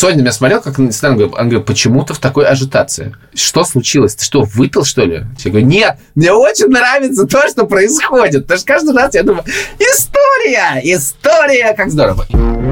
Соня на меня смотрела, как на Инстаграм, он говорит, почему ты в такой ажитации? Что случилось? Ты что, выпил, что ли? Я говорю, нет, мне очень нравится то, что происходит. Потому что каждый раз я думаю, история, как здорово.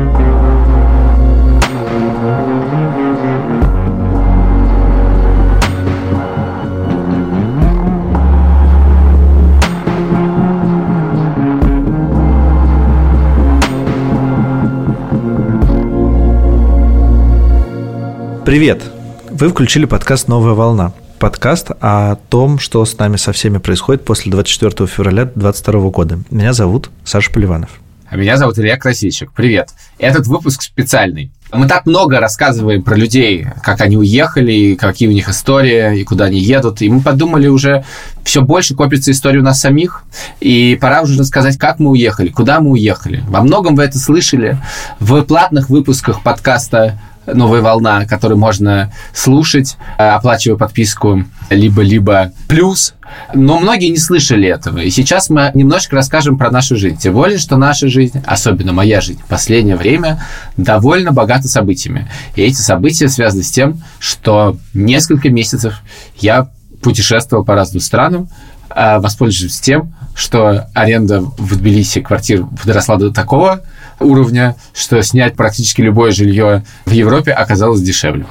Привет! Вы включили подкаст «Новая волна». Подкаст о том, что с нами со всеми происходит после 24 февраля 2022 года. Меня зовут Саша Поливанов. А меня зовут Илья Красильщик. Привет. Этот выпуск специальный. Мы так много рассказываем про людей, как они уехали, какие у них истории, и куда они едут. И мы подумали, уже все больше копится истории у нас самих. И пора уже рассказать, как мы уехали, куда мы уехали. Во многом вы это слышали в платных выпусках подкаста «Новая волна», который можно слушать, оплачивая подписку либо плюс. Но многие не слышали этого. И сейчас мы немножечко расскажем про нашу жизнь. Тем более, что наша жизнь, особенно моя жизнь, в последнее время довольно богата событиями. И эти события связаны с тем, что несколько месяцев я путешествовал по разным странам, воспользовавшись тем, что аренда в Тбилиси квартир доросла до такого уровня, что снять практически любое жилье в Европе оказалось дешевле.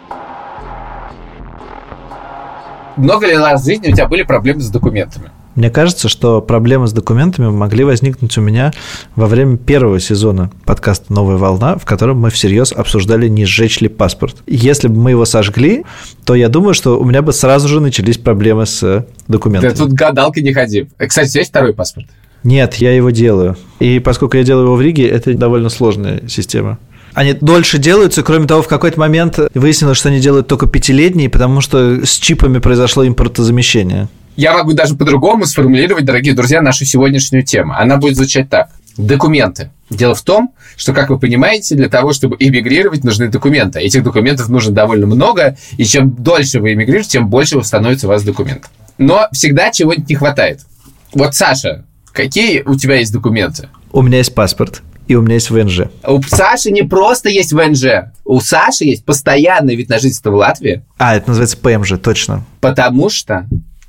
Много ли раз в жизни у тебя были проблемы с документами? Мне кажется, что проблемы с документами могли возникнуть у меня во время первого сезона подкаста «Новая волна», в котором мы всерьез обсуждали, не сжечь ли паспорт. Если бы мы его сожгли, то я думаю, что у меня бы сразу же начались проблемы с документами. Да тут гадалки не ходи. Кстати, у тебя есть второй паспорт? Нет, я его делаю. И поскольку я делаю его в Риге, это довольно сложная система. Они дольше делаются, кроме того, в какой-то момент выяснилось, что они делают только 5-летние, потому что с чипами произошло импортозамещение. Я могу даже по-другому сформулировать, дорогие друзья, нашу сегодняшнюю тему. Она будет звучать так. Документы. Дело в том, что, как вы понимаете, для того, чтобы эмигрировать, нужны документы. Этих документов нужно довольно много, и чем дольше вы эмигрируете, тем больше становится у вас документов. Но всегда чего-нибудь не хватает. Вот, Саша, какие у тебя есть документы? У меня есть паспорт. И у меня есть ВНЖ. У Саши не просто есть ВНЖ. У Саши есть постоянный вид на жительство в Латвии. Это называется ПМЖ, точно. Потому что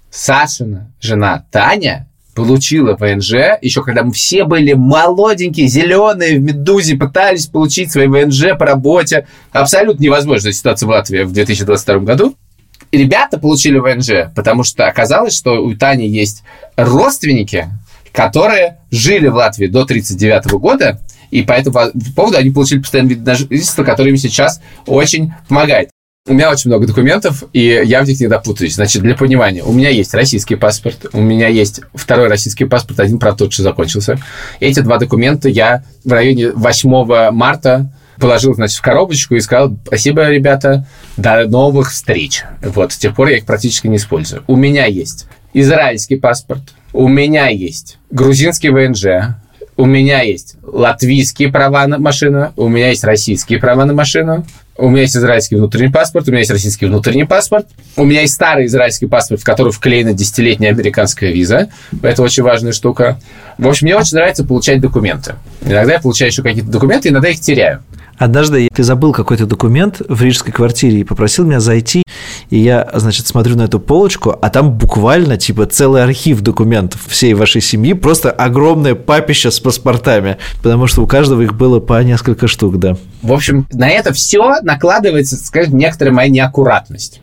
Сашина жена Таня получила ВНЖ, еще когда мы все были молоденькие, зеленые, в «Медузе», пытались получить свои ВНЖ по работе. Абсолютно невозможная ситуация в Латвии в 2022 году. И ребята получили ВНЖ, потому что оказалось, что у Тани есть родственники, которые жили в Латвии до 1939 года, и по этому поводу они получили постоянный вид на жительство, который им сейчас очень помогает. У меня очень много документов, и я в них не допутаюсь. Значит, для понимания, у меня есть российский паспорт, у меня есть второй российский паспорт, один, правда, тот же закончился. Эти два документа я в районе 8 марта положил, значит, в коробочку и сказал: спасибо, ребята, до новых встреч. Вот, с тех пор я их практически не использую. У меня есть израильский паспорт, у меня есть грузинский ВНЖ, у меня есть латвийские права на машину, у меня есть российские права на машину, у меня есть израильский внутренний паспорт, у меня есть российский внутренний паспорт, у меня есть старый израильский паспорт, в который вклеена 10-летняя американская виза. Это очень важная штука. В общем, мне очень нравится получать документы. Иногда я получаю еще какие-то документы, иногда их теряю. Однажды ты забыл какой-то документ в рижской квартире и попросил меня зайти, и я, значит, смотрю на эту полочку, а там буквально, целый архив документов всей вашей семьи, просто огромное папище с паспортами, потому что у каждого их было по несколько штук, да. В общем, на это все накладывается, скажем, некоторая моя неаккуратность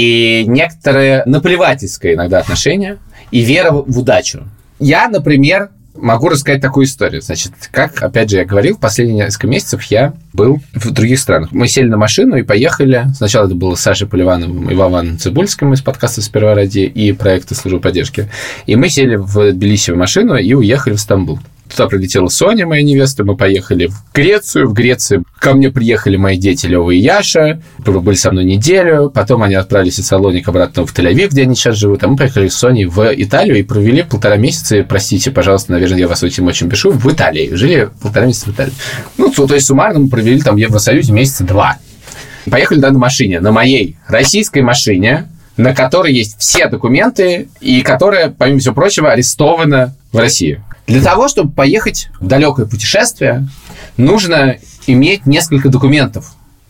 и некоторое наплевательское иногда отношение и вера в удачу. Я, например, могу рассказать такую историю. Значит, как, опять же, я говорил, в последние несколько месяцев я был в других странах. Мы сели на машину и поехали. Сначала это было с Сашей Поливановым и Вованом Цибульским из подкаста «Сперва ради» и проекта «Служба поддержки». И мы сели в Тбилиси в машину и уехали в Стамбул. Туда прилетела Соня, моя невеста, мы поехали в Грецию. В Греции ко мне приехали мои дети Лёва и Яша, были со мной неделю, потом они отправились из Салоника обратно в Тель-Авив, где они сейчас живут, а мы поехали с Соней в Италию и провели 1,5 месяца, простите, пожалуйста, наверное, я вас этим очень пишу, в Италии. Жили 1,5 месяца в Италии. То есть суммарно мы провели там в Евросоюзе месяца 2. Поехали на машине, на моей российской машине, на которой есть все документы и которая, помимо всего прочего, арестована в России. Для того, чтобы поехать в далекое путешествие, нужно иметь несколько документов.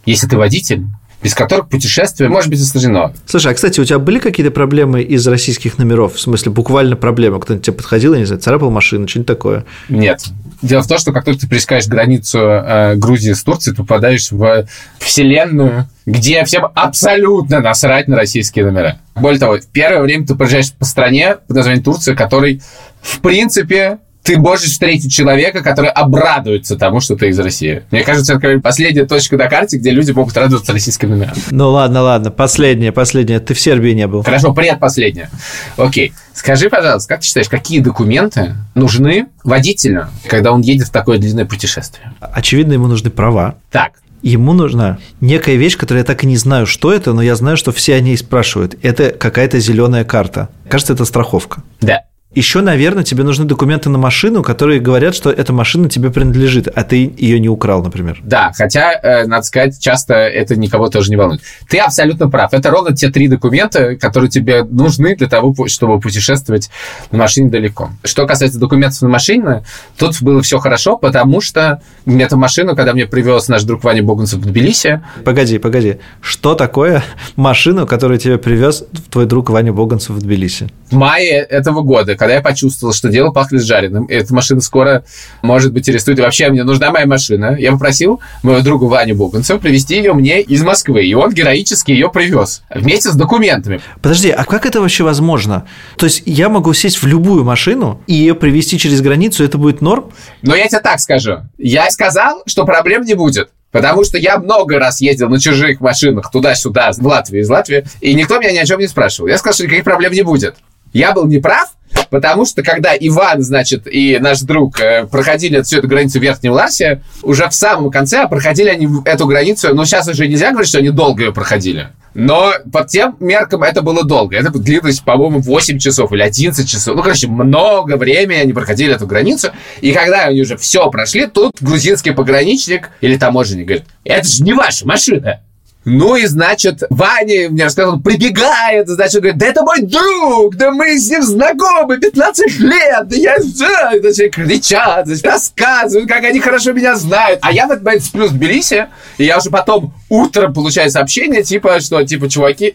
если ты водитель, без которых путешествие может быть осложнено. Слушай, а, кстати, у тебя были какие-то проблемы из российских номеров? В смысле, буквально проблемы? Кто-нибудь тебе подходил, я не знаю, царапал машину, что-нибудь такое? Нет. Дело в том, что как только ты пересекаешь границу Грузии с Турцией, ты попадаешь в вселенную, где всем абсолютно насрать на российские номера. Более того, в первое время ты проезжаешь по стране под названием Турция, который, в принципе, ты можешь встретить человека, который обрадуется тому, что ты из России. Мне кажется, это последняя точка на карте, где люди могут радоваться российским номерам. Ну ладно, последняя. Ты в Сербии не был. Хорошо, предпоследняя. Окей. Скажи, пожалуйста, как ты считаешь, какие документы нужны водителю, когда он едет в такое длинное путешествие? Очевидно, ему нужны права. Так. Ему нужна некая вещь, которую я так и не знаю, что это, но я знаю, что все о ней спрашивают. Это какая-то зеленая карта. Кажется, это страховка. Да. Еще, наверное, тебе нужны документы на машину, которые говорят, что эта машина тебе принадлежит, а ты ее не украл, например. Да, хотя, надо сказать, часто это никого тоже не волнует. Ты абсолютно прав. Это ровно те 3 документа, которые тебе нужны для того, чтобы путешествовать на машине далеко. Что касается документов на машине, тут было все хорошо, потому что эту машину, когда мне привез наш друг Ваня Боганцев в Тбилиси... Погоди. Что такое машину, которую тебе привез твой друг Ваня Боганцев в Тбилиси? В мае этого года, когда я почувствовал, что дело пахнет жареным, и эта машина скоро, может быть, арестуют. И вообще, мне нужна моя машина. Я попросил моего друга Ваню Боганцева привезти ее мне из Москвы, и он героически ее привез вместе с документами. Подожди, а как это вообще возможно? То есть я могу сесть в любую машину и ее привезти через границу, это будет норм? Но я тебе так скажу. Я сказал, что проблем не будет. Потому что я много раз ездил на чужих машинах туда-сюда, в Латвию, из Латвии, и никто меня ни о чем не спрашивал. Я сказал, что никаких проблем не будет. Я был неправ, потому что когда Иван, значит, и наш друг проходили всю эту границу в Верхнем Ларсе, уже в самом конце проходили они эту границу, ну, сейчас уже нельзя говорить, что они долго ее проходили, но по тем меркам это было долго. Это длилось, по-моему, 8 часов или 11 часов. Ну, короче, много времени они проходили эту границу, и когда они уже все прошли, тут грузинский пограничник или таможенник говорит: это же не ваша машина. Ну и, значит, Ваня мне рассказал, он прибегает, значит, говорит: да это мой друг, да мы с ним знакомы 15 лет, да я... Значит, кричат, значит, рассказывают, как они хорошо меня знают. А я в этот момент сплю в Тбилиси, и я уже потом утром получаю сообщение, типа, что, типа, чуваки,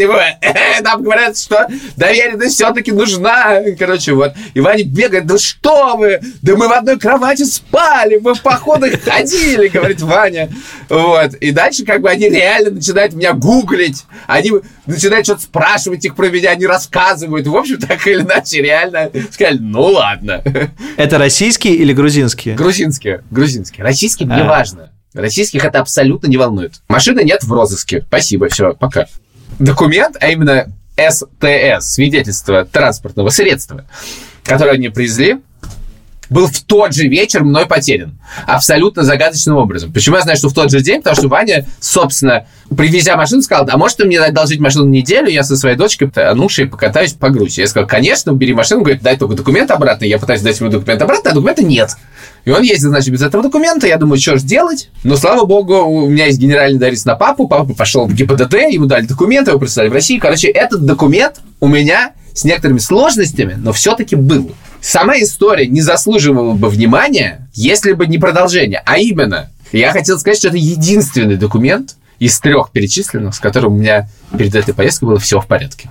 нам говорят, что доверенность все-таки нужна. Короче, вот. И Ваня бегает: да что вы, да мы в одной кровати спали, мы в походах ходили, говорит Ваня. Вот. И дальше, как бы, они реально начинают меня гуглить, они начинают что-то спрашивать их про меня, они рассказывают. В общем, так или иначе, реально сказали: ну ладно. Это российские или грузинские? Грузинские. Российские не важно. Российских это абсолютно не волнует. Машины нет в розыске. Спасибо, все, пока. Документ, а именно СТС, свидетельство транспортного средства, которое они привезли, был в тот же вечер мной потерян. Абсолютно загадочным образом. Почему я знаю, что в тот же день? Потому что Ваня, собственно, привезя машину, сказал: а может, ты мне одолжить машину неделю, я со своей дочкой, Анушей, покатаюсь по Грузии. Я сказал: конечно, убери машину. Говорит: дай только документ обратно. Я пытаюсь дать ему документ обратно, а документа нет. И он ездил, значит, без этого документа. Я думаю, что же делать? Но, слава богу, у меня есть генеральный дарец на папу. Папа пошел в ГИБДД, ему дали документы, его прислали в Россию. Короче, этот документ у меня с некоторыми сложностями, но все-таки был. Сама история не заслуживала бы внимания, если бы не продолжение. А именно, я хотел сказать, что это единственный документ из 3 перечисленных, с которым у меня перед этой поездкой было все в порядке.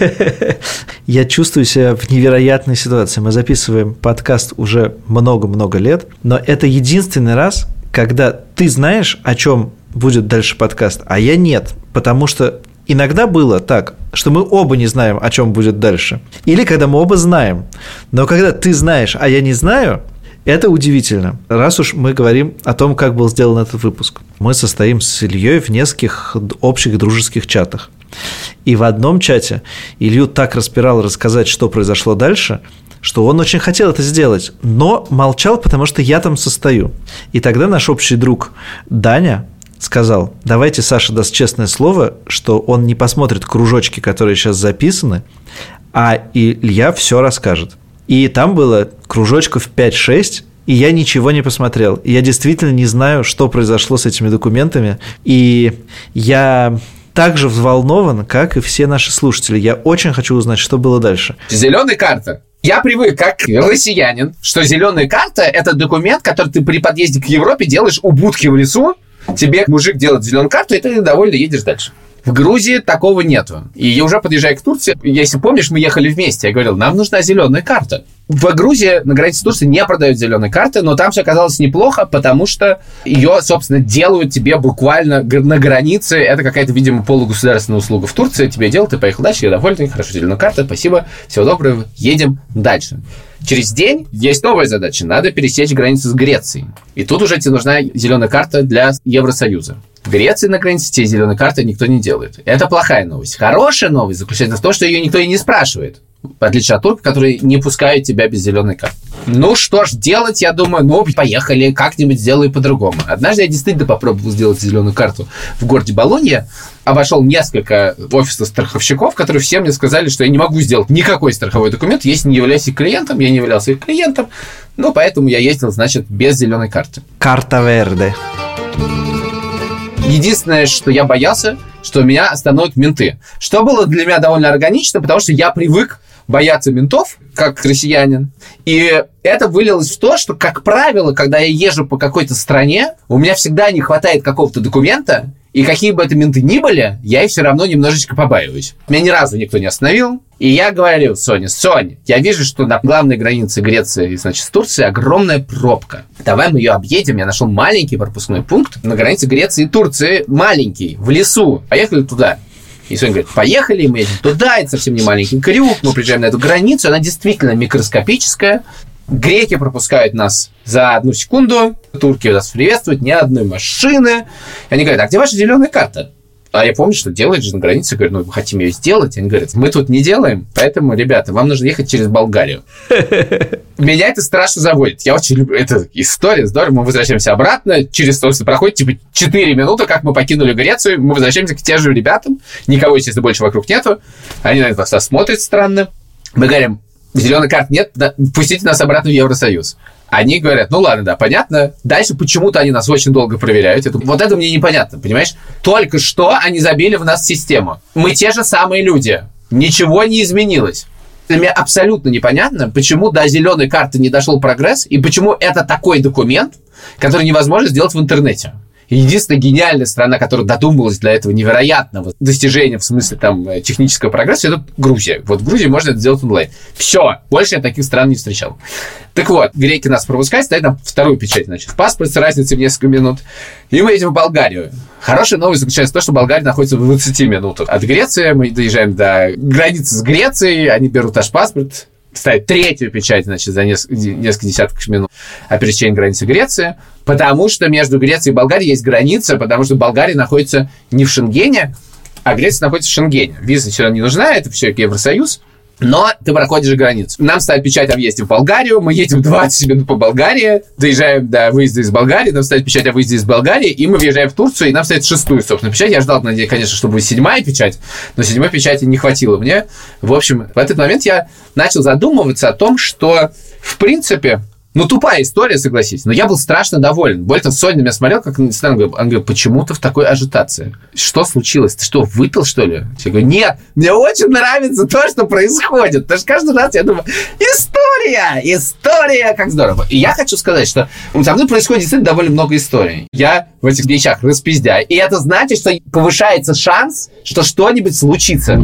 Я чувствую себя в невероятной ситуации. Мы записываем подкаст уже много-много лет, но это единственный раз, когда ты знаешь, о чем будет дальше подкаст, а я нет, потому что иногда было так, что мы оба не знаем, о чем будет дальше. Или когда мы оба знаем. Но когда ты знаешь, а я не знаю, это удивительно. Раз уж мы говорим о том, как был сделан этот выпуск. Мы состоим с Ильей в нескольких общих дружеских чатах. И в одном чате Илью так распирал рассказать, что произошло дальше, что он очень хотел это сделать, но молчал, потому что я там состою. И тогда наш общий друг Даня сказал: давайте Саша даст честное слово, что он не посмотрит кружочки, которые сейчас записаны, а Илья все расскажет. И там было кружочков 5-6, и я ничего не посмотрел. И я действительно не знаю, что произошло с этими документами. И я так же взволнован, как и все наши слушатели. Я очень хочу узнать, что было дальше. Зеленая карта. Я привык, как россиянин, что зеленая карта – это документ, который ты при подъезде к Европе делаешь у будки в лесу, Тебе мужик делает зеленую карту, и ты довольно едешь дальше. В Грузии такого нету. И я уже подъезжая к Турции, если помнишь, мы ехали вместе, я говорил, нам нужна зеленая карта. В Грузии на границе с Турцией не продают зеленые карты, но там все оказалось неплохо, потому что ее, собственно, делают тебе буквально на границе. Это какая-то, видимо, полугосударственная услуга в Турции. Тебе делают, ты поехал дальше, я доволен, хорошо, зеленая карта, спасибо, всего доброго, едем дальше. Через день есть новая задача. Надо пересечь границу с Грецией. И тут уже тебе нужна зеленая карта для Евросоюза. В Греции на границе тебе зеленой карты никто не делает. Это плохая новость. Хорошая новость заключается в том, что ее никто и не спрашивает. В отличие от турков, которые не пускают тебя без зеленой карты. Ну, что ж делать, я думаю, поехали, как-нибудь сделаю по-другому. Однажды я действительно попробовал сделать зеленую карту в городе Болонья. Обошел несколько офисов страховщиков, которые все мне сказали, что я не могу сделать никакой страховой документ, если не являюсь их клиентом. Я не являлся их клиентом, поэтому я ездил, значит, без зеленой карты. Карта Верде. Единственное, что я боялся, что меня остановят менты. Что было для меня довольно органично, потому что я привык бояться ментов, как россиянин. И это вылилось в то, что, как правило, когда я езжу по какой-то стране, у меня всегда не хватает какого-то документа, и какие бы это менты ни были, я их все равно немножечко побаиваюсь. Меня ни разу никто не остановил. И я говорю Соне, я вижу, что на главной границе Греции, значит, с Турцией огромная пробка. Давай мы ее объедем. Я нашел маленький пропускной пункт на границе Греции и Турции. Маленький, в лесу. Поехали туда. И Соня говорит, поехали, мы едем туда. Это совсем не маленький крюк. Мы приезжаем на эту границу. Она действительно микроскопическая. Греки пропускают нас за 1 секунду. Турки нас приветствуют, ни одной машины. И они говорят, а где ваша зеленая карта? А я помню, что делает же на границе. Я говорю, мы хотим ее сделать. Они говорят, мы тут не делаем, поэтому, ребята, вам нужно ехать через Болгарию. Меня это страшно заводит. Я очень люблю эту историю. Здорово, мы возвращаемся обратно. Через то, что проходит 4 минуты, как мы покинули Грецию. Мы возвращаемся к тем же ребятам. Никого, естественно, больше вокруг нету. Они на это смотрят странно. Мы говорим, зеленой карты нет, пустите нас обратно в Евросоюз. Они говорят, ладно, да, понятно. Дальше почему-то они нас очень долго проверяют. Вот это мне непонятно, понимаешь? Только что они забили в нас систему. Мы те же самые люди. Ничего не изменилось. Мне абсолютно непонятно, почему до зеленой карты не дошел прогресс, и почему это такой документ, который невозможно сделать в интернете. Единственная гениальная страна, которая додумалась для этого невероятного достижения в смысле технического прогресса, это Грузия. Вот в Грузии можно это сделать онлайн. Все, больше я таких стран не встречал. Так вот, греки нас пропускают, ставят нам вторую печать, значит, в паспорт с разницей в несколько минут, и мы едем в Болгарию. Хорошая новость заключается в том, что Болгария находится в 20 минутах от Греции. Мы доезжаем до границы с Грецией, они берут наш паспорт, ставят третью печать, значит, за несколько десятков минут о пересечении границы Греции, потому что между Грецией и Болгарией есть граница, потому что Болгария находится не в Шенгене, а Греция находится в Шенгене. Виза сюда не нужна, это все Евросоюз, но ты проходишь границу. Нам ставят печать о въезде в Болгарию, мы едем 20 минут по Болгарии, доезжаем до выезда из Болгарии, нам ставят печать о выезде из Болгарии, и мы въезжаем в Турцию, и нам ставят 6-ю, собственно, печать. Я ждал, надеюсь, конечно, что будет 7-я печать, но 7-й печати не хватило мне. В общем, в этот момент я начал задумываться о том, что, в принципе, тупая история, согласитесь, но я был страшно доволен. Более того, Соня на меня смотрел, как на он говорит, почему ты в такой ажитации? Что случилось? Ты что, выпил, что ли? Я говорю, нет, мне очень нравится то, что происходит. Потому что каждый раз я думаю, история, как здорово. И я хочу сказать, что со мной происходит действительно довольно много историй. Я в этих вещах распиздяю. И это значит, что повышается шанс, что что-нибудь случится.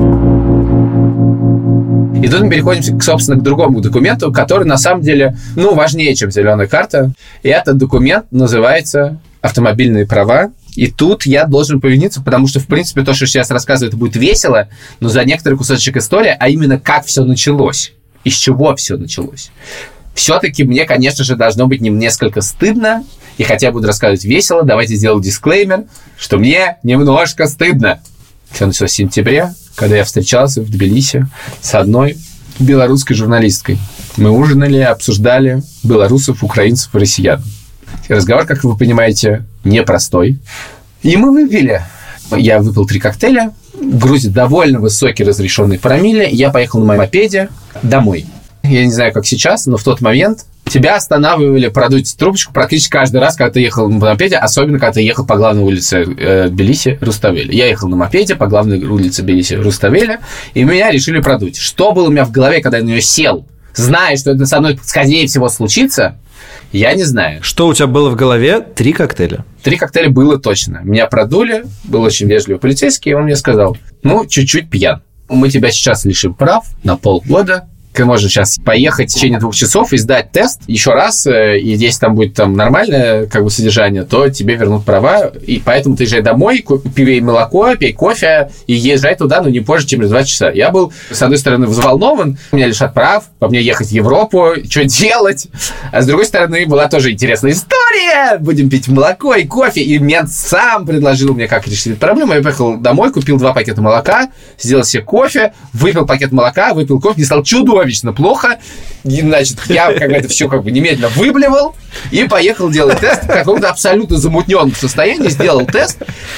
И тут мы переходим, собственно, к другому документу, который, на самом деле, важнее, чем зеленая карта. И этот документ называется «Автомобильные права». И тут я должен повиниться, потому что, в принципе, то, что сейчас рассказываю, это будет весело, но за некоторый кусочек истории, а именно как все началось, из чего все началось. Все-таки мне, конечно же, должно быть несколько стыдно, и хотя я буду рассказывать весело, давайте сделаю дисклеймер, что мне немножко стыдно. Все началось в сентябре, когда я встречался в Тбилиси с одной белорусской журналисткой. Мы ужинали, обсуждали белорусов, украинцев и россиян. Разговор, как вы понимаете, непростой. И мы выпили. Я выпил 3 коктейля. В Грузии довольно высокий разрешенный промилле. Я поехал на мопеде домой. Я не знаю, как сейчас, но в тот момент тебя останавливали продуть трубочку практически каждый раз, когда ты ехал на мопеде, особенно когда ты ехал по главной улице Тбилиси Руставели. Я ехал на мопеде по главной улице Тбилиси Руставели, и меня решили продуть. Что было у меня в голове, когда я на нее сел, зная, что это со мной, скорее всего, случится, Я не знаю. Что у тебя было в голове? 3 коктейля? 3 коктейля было точно. Меня продули, был очень вежливый полицейский, и он мне сказал, чуть-чуть пьян. Мы тебя сейчас лишим прав на полгода. Ты можешь сейчас поехать в течение 2 часов и сдать тест еще раз, и если там будет нормальное содержание, то тебе вернут права, и поэтому ты езжай домой, пей молоко, пей кофе и езжай туда, но не позже, чем через 2 часа. Я был, с одной стороны, взволнован, меня лишат прав, по мне ехать в Европу, что делать, а с другой стороны, была тоже интересная история, будем пить молоко и кофе, и мент сам предложил мне, как решить эту проблему. Я поехал домой, купил 2 пакета молока, сделал себе кофе, выпил пакет молока, выпил кофе, мне стало чудовищно плохо. И, значит, я это все немедленно выблевал и поехал делать тест в каком-то абсолютно замутненном состоянии, сделал тест.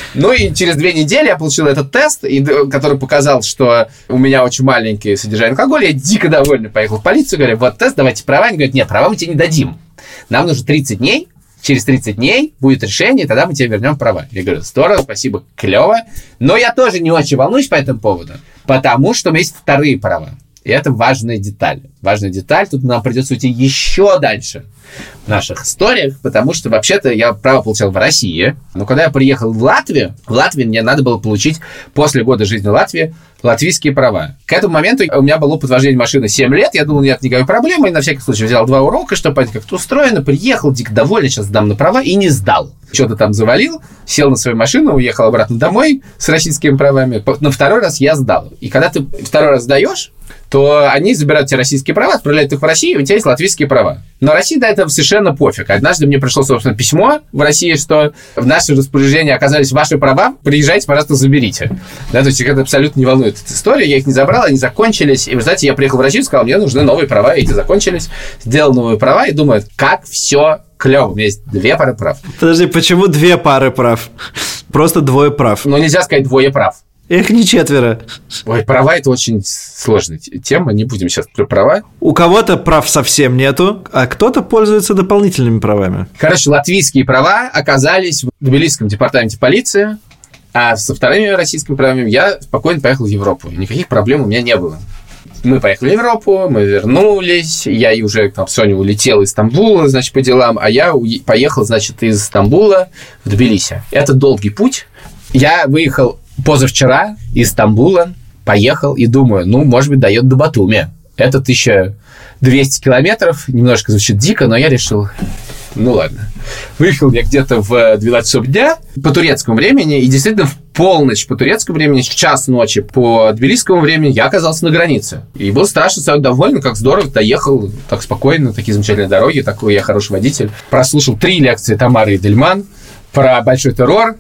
И через 2 недели я получил этот тест, который показал, что у меня очень маленькое содержание алкоголя. Я дико довольный поехал в полицию, говорю, вот тест, давайте права. Они говорят, нет, права мы тебе не дадим. Нам нужно 30 дней. Через 30 дней будет решение, тогда мы тебе вернем права. Я говорю, здорово, спасибо, клево. Но я тоже не очень волнуюсь по этому поводу, потому что у меня есть 2 права. И это важная деталь. Важная деталь. Тут нам придется уйти еще дальше в наших историях, потому что, вообще-то, я право получал в России. Но когда я приехал в Латвию мне надо было получить после года жизни в Латвии латвийские права. К этому моменту у меня был опыт вождения машины 7 лет. Я думал, нет никакой проблемы. И на всякий случай взял 2 урока, чтобы понять, как это устроено. Приехал, дико довольный, сейчас сдам на права. И не сдал. Что-то там завалил, сел на свою машину, уехал обратно домой с российскими правами. На 2-й раз я сдал. И когда ты 2-й раз сдаешь, то они забирают тебе российские права, отправляют их в Россию, и у тебя есть латвийские права. Но России до этого совершенно пофиг. Однажды мне пришло, собственно, письмо в России, что в наше распоряжение оказались ваши права, приезжайте, пожалуйста, заберите. Да, то есть их это абсолютно не волнует, эта история. Я их не забрал, они закончились. И, вы знаете, я приехал в Россию и сказал, мне нужны новые права, и эти закончились. Сделал новые права и думаю, как все клево. У меня есть 2 пары прав. Подожди, почему 2 пары прав? Просто 2 прав. Нельзя сказать 2 прав. Их не 4. Ой, права – это очень сложная тема, не будем сейчас про права. У кого-то прав совсем нету, а кто-то пользуется дополнительными правами. Короче, латвийские права оказались в Тбилисском департаменте полиции, а со 2 российскими правами я спокойно поехал в Европу. Никаких проблем у меня не было. Мы поехали в Европу, мы вернулись, я уже с Соней улетел из Стамбула, значит, по делам, а я поехал, значит, из Стамбула в Тбилиси. Это долгий путь. Я выехал позавчера из Стамбула, поехал и думаю, может быть, дает до Батуми. Это 1200 километров, немножко звучит дико, но я решил, ладно. Выехал я где-то в 12 часов дня по турецкому времени, и действительно в полночь по турецкому времени, в 1 ночи по тбилисскому времени я оказался на границе. И был страшно доволен, как здорово доехал так спокойно, такие замечательные дороги, такой я хороший водитель. Прослушал 3 лекции Тамары Эдельман про большой террор,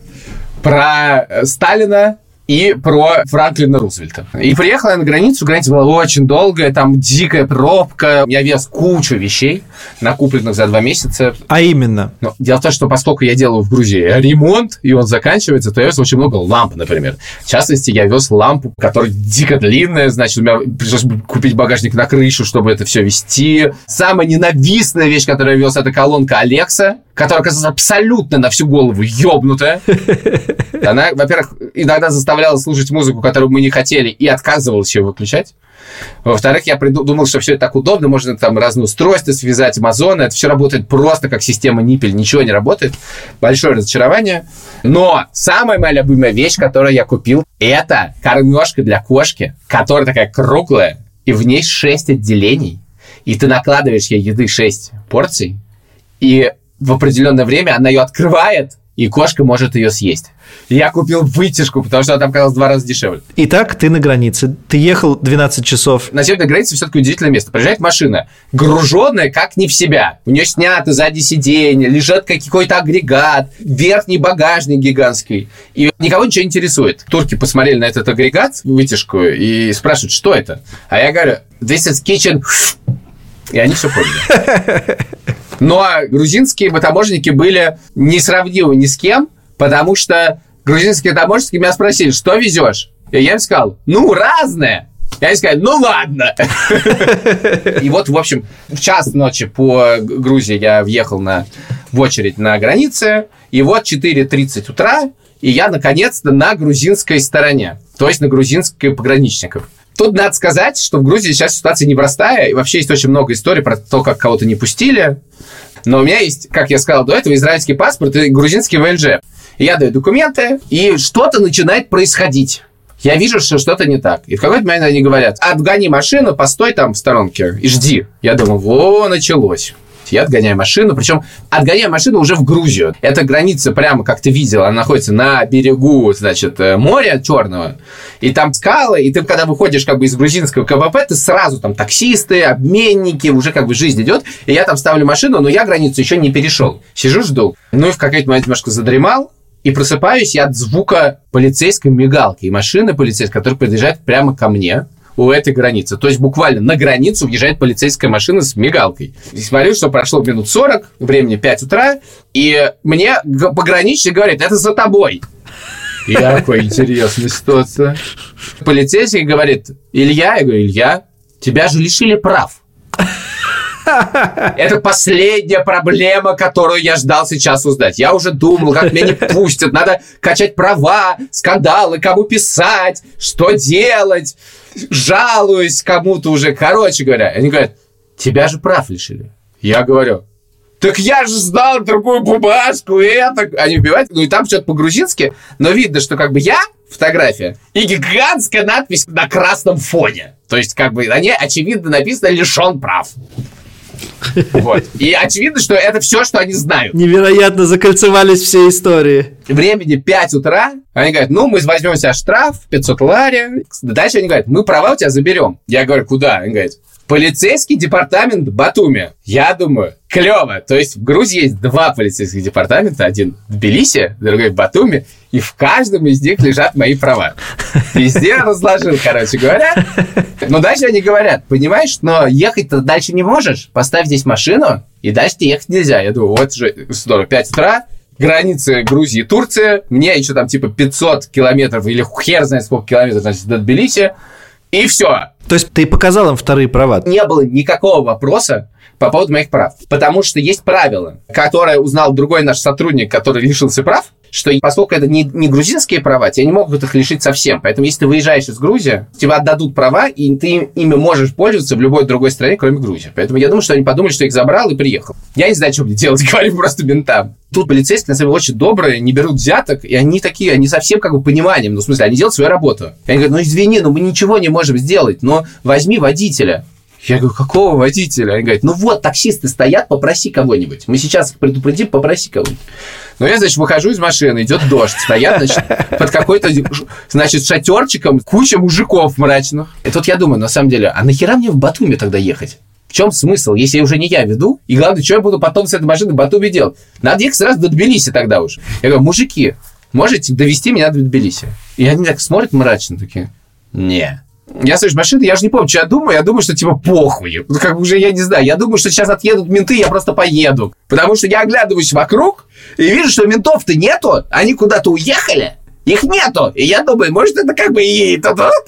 про Сталина и про Франклина Рузвельта. И приехал я на границу. Граница была очень долгая, там дикая пробка. Я вез кучу вещей, накупленных за 2 месяца. А именно? Дело в том, что поскольку я делаю в Грузии ремонт, и он заканчивается, то я вез очень много ламп, например. В частности, я вез лампу, которая дико длинная, значит, у меня пришлось купить багажник на крышу, чтобы это все вести. Самая ненавистная вещь, которую я вез, это колонка Alexa, которая оказалась абсолютно на всю голову ёбнутая. Она, во-первых, иногда заставляла слушать музыку, которую мы не хотели, и отказывалась ее выключать. Во-вторых, я думал, что все это так удобно, можно там разные устройства связать, Амазоны. Это все работает просто как система Ниппель, ничего не работает. Большое разочарование. Но самая моя любимая вещь, которую я купил, это кормежка для кошки, которая такая круглая, и в ней 6 отделений. И ты накладываешь ей еды 6 порций, и в определенное время она ее открывает, и кошка может ее съесть. Я купил вытяжку, потому что она там казалась в 2 раза дешевле. Итак, ты на границе. Ты ехал 12 часов. На северной границе все-таки удивительное место. Приезжает машина, груженная как не в себя. У нее снято сзади сиденье, лежит какой-то агрегат, верхний багажник гигантский. И никого ничего не интересует. Турки посмотрели на этот агрегат, вытяжку, и спрашивают, что это? А я говорю, this is kitchen. И они все поняли. Но грузинские таможенники были несравнимы ни с кем, потому что грузинские таможенники меня спросили, что везешь? И я им сказал, разное. И они сказали, ладно. И вот, в общем, в 1 ночи по Грузии я въехал в очередь на границе, и вот 4:30 утра, и я, наконец-то, на грузинской стороне, то есть на грузинской пограничников. Тут надо сказать, что в Грузии сейчас ситуация непростая, и вообще есть очень много историй про то, как кого-то не пустили. Но у меня есть, как я сказал до этого, израильский паспорт и грузинский ВНЖ. И я даю документы, и что-то начинает происходить. Я вижу, что что-то не так. И в какой-то момент они говорят: отгони машину, постой там в сторонке и жди. Я думаю, началось. Я отгоняю машину, причем отгоняю машину уже в Грузию. Эта граница прямо, как ты видел, она находится на берегу, значит, моря Черного, и там скалы, и ты, когда выходишь как бы из грузинского КПП, ты сразу там таксисты, обменники, уже как бы жизнь идет, и я там ставлю машину, но я границу еще не перешел. Сижу, жду. Ну и в какой-то момент немножко задремал, и просыпаюсь я от звука полицейской мигалки и машины полицейской, которая подъезжает прямо ко мне у этой границы. То есть буквально на границу въезжает полицейская машина с мигалкой. И смотрю, что прошло минут 40, времени 5 утра, и мне пограничник говорит: это за тобой. Я такой: интересная ситуация. Полицейский говорит: Илья? Я говорю: Илья, тебя же лишили прав. Это последняя проблема, которую я ждал сейчас узнать. Я уже думал, как меня не пустят, надо качать права, скандалы, кому писать, что делать, жалуюсь кому-то уже. Короче говоря, они говорят: тебя же прав лишили. Я говорю: так я же знал другую бумажку, и это... Они вбивают, ну и там что-то по-грузински, но видно, что как бы я, фотография, и гигантская надпись на красном фоне. То есть как бы на ней очевидно написано «лишен прав». Вот. И очевидно, что это все, что они знают. Невероятно закольцевались все истории. Времени 5 утра. Они говорят: ну, мы возьмем себя штраф 500 лари. Дальше они говорят: мы права у тебя заберем. Я говорю: куда? Они говорят: полицейский департамент Батуми. Я думаю, клево. То есть в Грузии есть 2 полицейских департамента. Один в Тбилиси, другой в Батуми. И в каждом из них лежат мои права. Везде разложил, короче говоря. Но дальше они говорят: понимаешь, но ехать-то дальше не можешь. Поставь здесь машину, и дальше тебе ехать нельзя. Я думаю, вот же здорово. 5 утра. Границы Грузии и Турции. Мне еще там типа 500 километров или хер знает сколько километров, значит, до Тбилиси. И все. То есть ты показал им вторые права? Не было никакого вопроса по поводу моих прав. Потому что есть правило, которое узнал другой наш сотрудник, который лишился прав, что поскольку это не грузинские права, тебя не могут их лишить совсем. Поэтому если ты выезжаешь из Грузии, тебе отдадут права, и ты ими можешь пользоваться в любой другой стране, кроме Грузии. Поэтому я думаю, что они подумали, что их забрал и приехал. Я не знаю, что мне делать, говорю просто ментам. Тут полицейские, на самом деле, очень добрые, не берут взяток, и они такие, они совсем как бы пониманием, ну, в смысле, они делают свою работу. И они говорят: ну, извини, мы ничего не можем сделать, но возьми водителя. Я говорю: какого водителя? Они говорят: ну вот, таксисты стоят, попроси кого-нибудь. Мы сейчас их предупредим, попроси кого-нибудь. Ну, я, значит, выхожу из машины, идет дождь, стоят, значит, под какой-то, значит, шатерчиком куча мужиков мрачных. И тут я думаю, на самом деле, а нахера мне в Батуми тогда ехать? В чем смысл, если уже не я веду? И главное, что я буду потом с этой машиной в Батуми делать? Надо ехать сразу до Тбилиси тогда уж. Я говорю: мужики, можете довести меня до Тбилиси? И они так смотрят мрачно, такие: не. Я слышу машину, я же не помню, что я думаю, что типа похуй. Ну, как бы уже я не знаю. Я думаю, что сейчас отъедут менты, я просто поеду. Потому что я оглядываюсь вокруг и вижу, что ментов-то нету, они куда-то уехали, их нету. И я думаю, может, это как бы и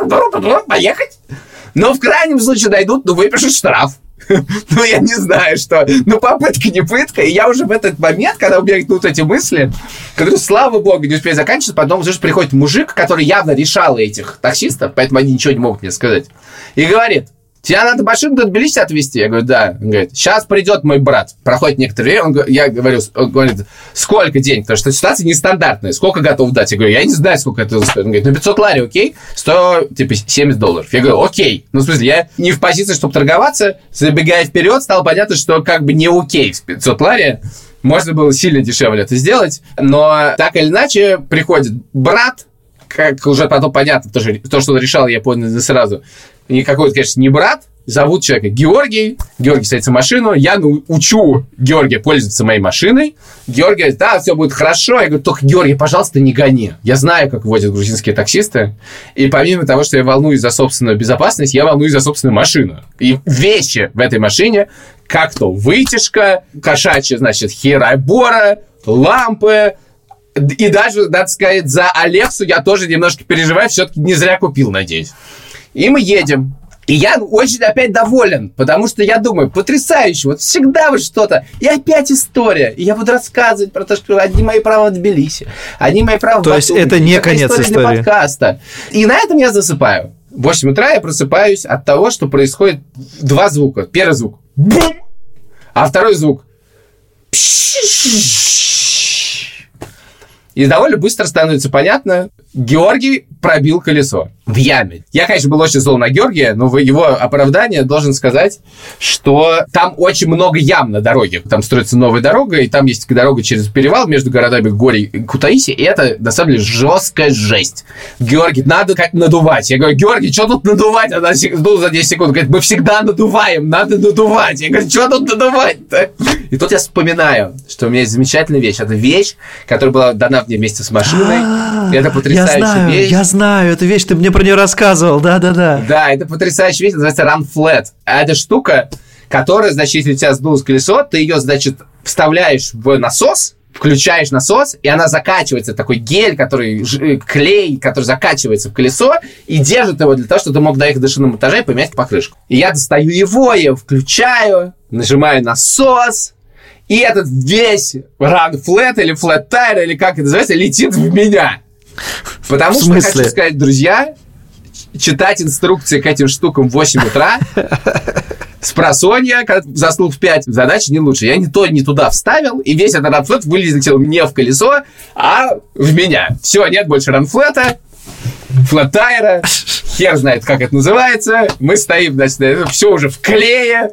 поехать? Но в крайнем случае дойдут, выпишут штраф. Ну, я не знаю, что. Ну, попытка не пытка. И я уже в этот момент, когда у меня идут эти мысли, которые, слава богу, не успею заканчиваться, потом уже приходит мужик, который явно решал этих таксистов, поэтому они ничего не могут мне сказать, и говорит: тебе надо машину до Тбилиси отвезти? Я говорю: да. Он говорит: сейчас придет мой брат. Проходит некоторое время, я говорю, он говорит: сколько денег? Потому что ситуация нестандартная. Сколько готов дать? Я говорю: я не знаю, сколько это стоит. Он говорит: ну, 500 лари, окей? Стоит, типа, $70. Я говорю: окей. Ну, в смысле, я не в позиции, чтобы торговаться. Забегая вперед, стало понятно, что как бы не окей с 500 лари. Можно было сильно дешевле это сделать. Но так или иначе приходит брат, как уже потом понятно, то, что он решал, я понял сразу. И какой-то, конечно, не брат. Зовут человека Георгий. Георгий садится в машину. Я учу Георгия пользоваться моей машиной. Георгий говорит: да, все будет хорошо. Я говорю: только, Георгий, пожалуйста, не гони. Я знаю, как водят грузинские таксисты. И помимо того, что я волнуюсь за собственную безопасность, я волнуюсь за собственную машину. И вещи в этой машине, как то вытяжка, кошачья, значит, херобора, лампы. И даже, надо сказать, за Алексу я тоже немножко переживаю. Все-таки не зря купил, надеюсь. И мы едем. И я очень опять доволен, потому что я думаю: потрясающе, вот всегда вот что-то. И опять история. И я буду рассказывать про то, что одни мои права в Тбилиси, одни мои права в Батуми. То есть это не конец истории. Для подкаста. И на этом я засыпаю. В 8 утра я просыпаюсь от того, что происходит 2 звука. Первый звук — бум! А второй звук — И довольно быстро становится понятно, Георгий пробил колесо в яме. Я, конечно, был очень зол на Георгия, но в его оправдание должен сказать, что там очень много ям на дороге. Там строится новая дорога, и там есть дорога через перевал между городами Гори и Кутаиси, и это, на самом деле, жесткая жесть. Георгий, надо как надувать. Я говорю, Георгий, что тут надувать? Она сдул за 10 секунд. Говорит, мы всегда надуваем, надо надувать. Я говорю, что тут надувать-то? И тут я вспоминаю, что у меня есть замечательная вещь. Это вещь, которая была дана мне вместе с машиной. Это потрясающая вещь. Я знаю эту вещь, ты мне про нее рассказывал, да-да-да. Да, это потрясающая вещь, называется Run Flat. А это штука, которая, значит, если у тебя сдулось колесо, ты ее, значит, вставляешь в насос, включаешь насос, и она закачивается, такой гель, клей, который закачивается в колесо и держит его для того, чтобы ты мог доехать до шиномонтажа и поменять покрышку. И я достаю его, я включаю, нажимаю насос, и этот весь Run Flat или Flat Tire, или как это называется, летит в меня. Потому что, хочу сказать, друзья, читать инструкции к этим штукам в 8 утра спросонья, когда заснул в 5, задача не лучше. Я не туда вставил, и весь этот ранфлет вылетел не в колесо, а в меня. Все, нет больше ранфлета, флэт-тайра, хер знает, как это называется. Мы стоим, значит, все уже в клее.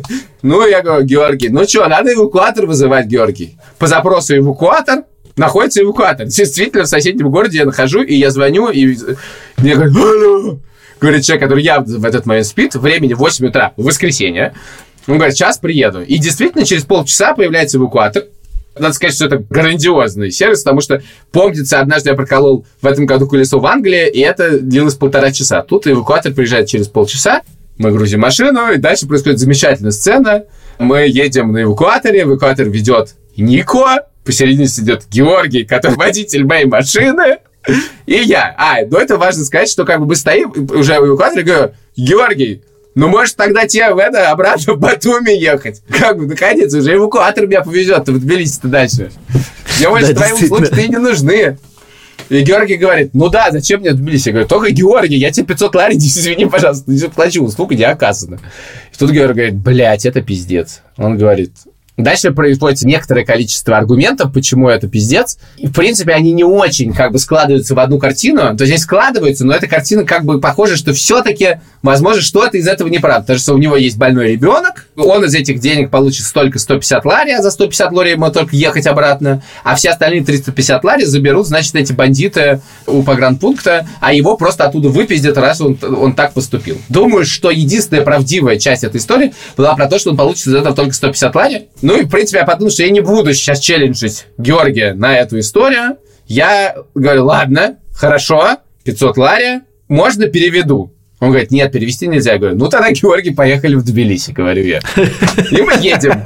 Ну, я говорю, Георгий, ну что, надо эвакуатор вызывать, Георгий. По запросу эвакуатор. Находится эвакуатор. Действительно, в соседнем городе я нахожу, и я звоню, и мне говорят, алло. Говорит человек, который явно в этот момент спит, времени 8 утра, в воскресенье. Он говорит, сейчас приеду. И действительно, через полчаса появляется эвакуатор. Надо сказать, что это грандиозный сервис, потому что, помнится, однажды я проколол в этом году колесо в Англии, и это длилось 1,5 часа. Тут эвакуатор приезжает через полчаса, мы грузим машину, и дальше происходит замечательная сцена. Мы едем на эвакуаторе, эвакуатор ведет Нико, посередине сидит Георгий, который водитель моей машины, и я. Но это важно сказать, что как бы мы стоим уже в эвакуаторе, говорю, Георгий, ну, может, тогда тебе обратно в Батуми ехать? Как бы, наконец, уже эвакуатор меня повезет, в Тбилиси-то дальше. Мне больше твои услуги-то и не нужны. И Георгий говорит, ну да, зачем мне в Тбилиси? Я говорю, только Георгий, я тебе 500 лари, извини, пожалуйста, не заплачу, услуга не оказана. И тут Георгий говорит, блядь, это пиздец. Он говорит... Дальше производится некоторое количество аргументов, почему это пиздец. И, в принципе, они не очень как бы складываются в одну картину. То есть они складываются, но эта картина как бы похожа, что все-таки, возможно, что-то из этого неправда. Потому что у него есть больной ребенок, он из этих денег получит столько 150 лари, а за 150 лари ему только ехать обратно. А все остальные 350 лари заберут, значит, эти бандиты у погранпункта, а его просто оттуда выпиздят, раз он так поступил. Думаю, что единственная правдивая часть этой истории была про то, что он получит из этого только 150 лари. Ну и, в принципе, я подумал, что я не буду сейчас челленджить Георгия на эту историю. Я говорю, ладно, хорошо, 500 лари, можно переведу. Он говорит, нет, перевести нельзя. Я говорю, ну тогда, Георгий, поехали в Тбилиси, говорю я. И мы едем.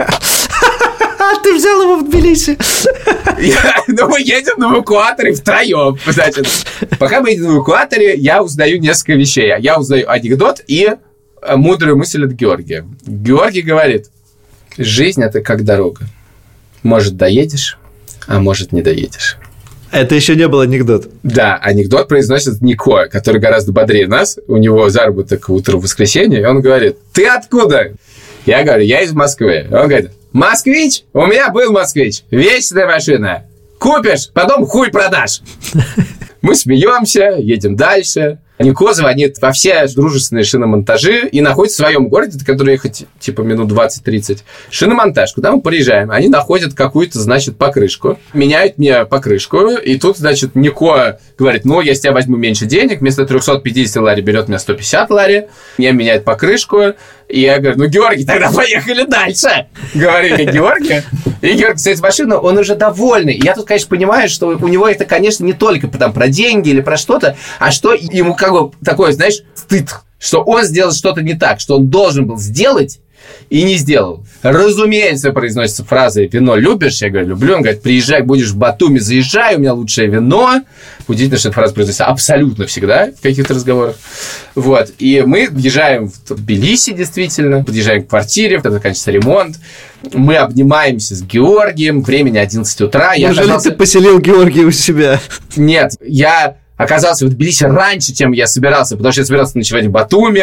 Ты взял его в Тбилиси. Ну, мы едем на эвакуаторе втроем. Значит, пока мы едем на эвакуаторе, я узнаю несколько вещей. Я узнаю анекдот и мудрую мысль от Георгия. Георгий говорит, жизнь – это как дорога. Может, доедешь, а может, не доедешь. Это еще не был анекдот. Да, анекдот произносит Нико, который гораздо бодрее нас. У него заработок утро в воскресенье. И он говорит, ты откуда? Я говорю, я из Москвы. Он говорит, москвич? У меня был москвич. Вечная машина. Купишь, потом хуй продашь. Мы смеемся, едем дальше. Нико звонит во все дружественные шиномонтажи и находится в своем городе, до которого ехать типа минут 20-30. Шиномонтаж, куда мы приезжаем. Они находят какую-то, значит, покрышку. Меняют мне покрышку. И тут, значит, Нико говорит, ну, я с тебя возьму меньше денег. Вместо 350 лари берет меня 150 лари. Мне меняют покрышку. И я говорю, ну, Георгий, тогда поехали дальше. Говорю я Георгию. И Георгий стоит в машину, он уже довольный. И я тут, конечно, понимаю, что у него это, конечно, не только там, про деньги или про что-то, а что ему как бы такое, знаешь, стыд, что он сделал что-то не так, что он должен был сделать и не сделал. Разумеется, произносится фраза «Вино любишь?» Я говорю, люблю. Он говорит, приезжай, будешь в Батуми, заезжай, у меня лучшее вино. Удивительно, что эта фраза произносится абсолютно всегда в каких-то разговорах. Вот. И мы въезжаем в Тбилиси, действительно, подъезжаем к квартире, тогда заканчивается ремонт. Мы обнимаемся с Георгием, времени 11 утра. Неужели ты поселил Георгия у себя? Нет, я оказался в Тбилиси раньше, чем я собирался, потому что я собирался ночевать в Батуми.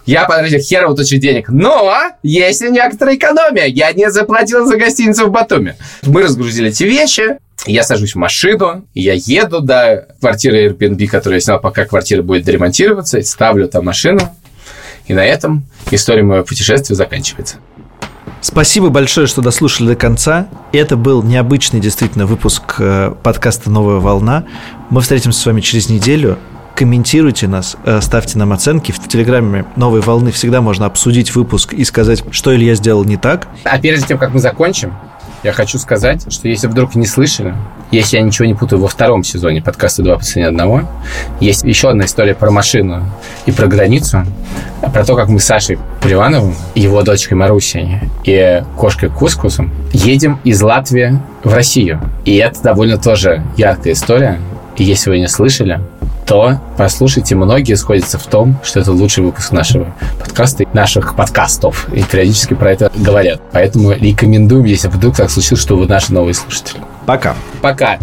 Я потратил херово тучу денег, но есть и некоторая экономия. Я не заплатил за гостиницу в Батуми. Мы разгрузили эти вещи, я сажусь в машину, я еду до квартиры Airbnb, которую я снял, пока квартира будет доремонтироваться, ставлю там машину, и на этом история моего путешествия заканчивается. Спасибо большое, что дослушали до конца. Это был необычный действительно выпуск подкаста «Новая волна». Мы встретимся с вами через неделю. Комментируйте нас, ставьте нам оценки. В Телеграме «Новой волны» всегда можно обсудить выпуск и сказать, что Илья сделал не так. А перед тем, как мы закончим, я хочу сказать, что если вдруг не слышали, если я ничего не путаю, во 2 сезоне подкаста «2 по цене одного» есть еще одна история про машину и про границу, про то, как мы с Сашей Поливановым, его дочкой Марусей и кошкой Кускусом едем из Латвии в Россию. И это довольно тоже яркая история. И если вы не слышали, то послушайте, многие сходятся в том, что это лучший выпуск нашего подкаста, наших подкастов, и периодически про это говорят. Поэтому рекомендуем, если вдруг так случилось, что вы наши новые слушатели. Пока. Пока.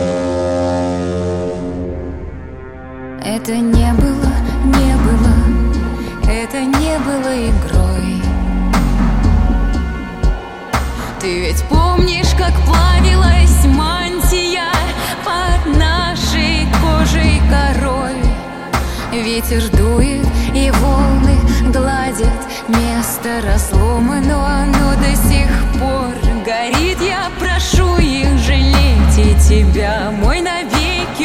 Это не было, это не было игрой. Ты ведь помнишь, как плавилась мантия под нашей кожей корой. Ветер дует и волны гладят место разлома, но оно до сих пор горит. Я прошу их жалеть и тебя, мой навеки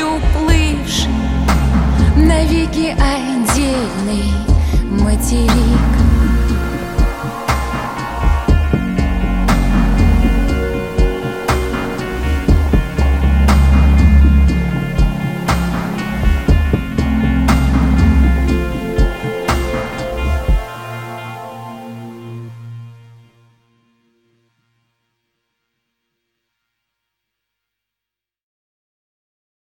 уплывший, навеки отдельный материк.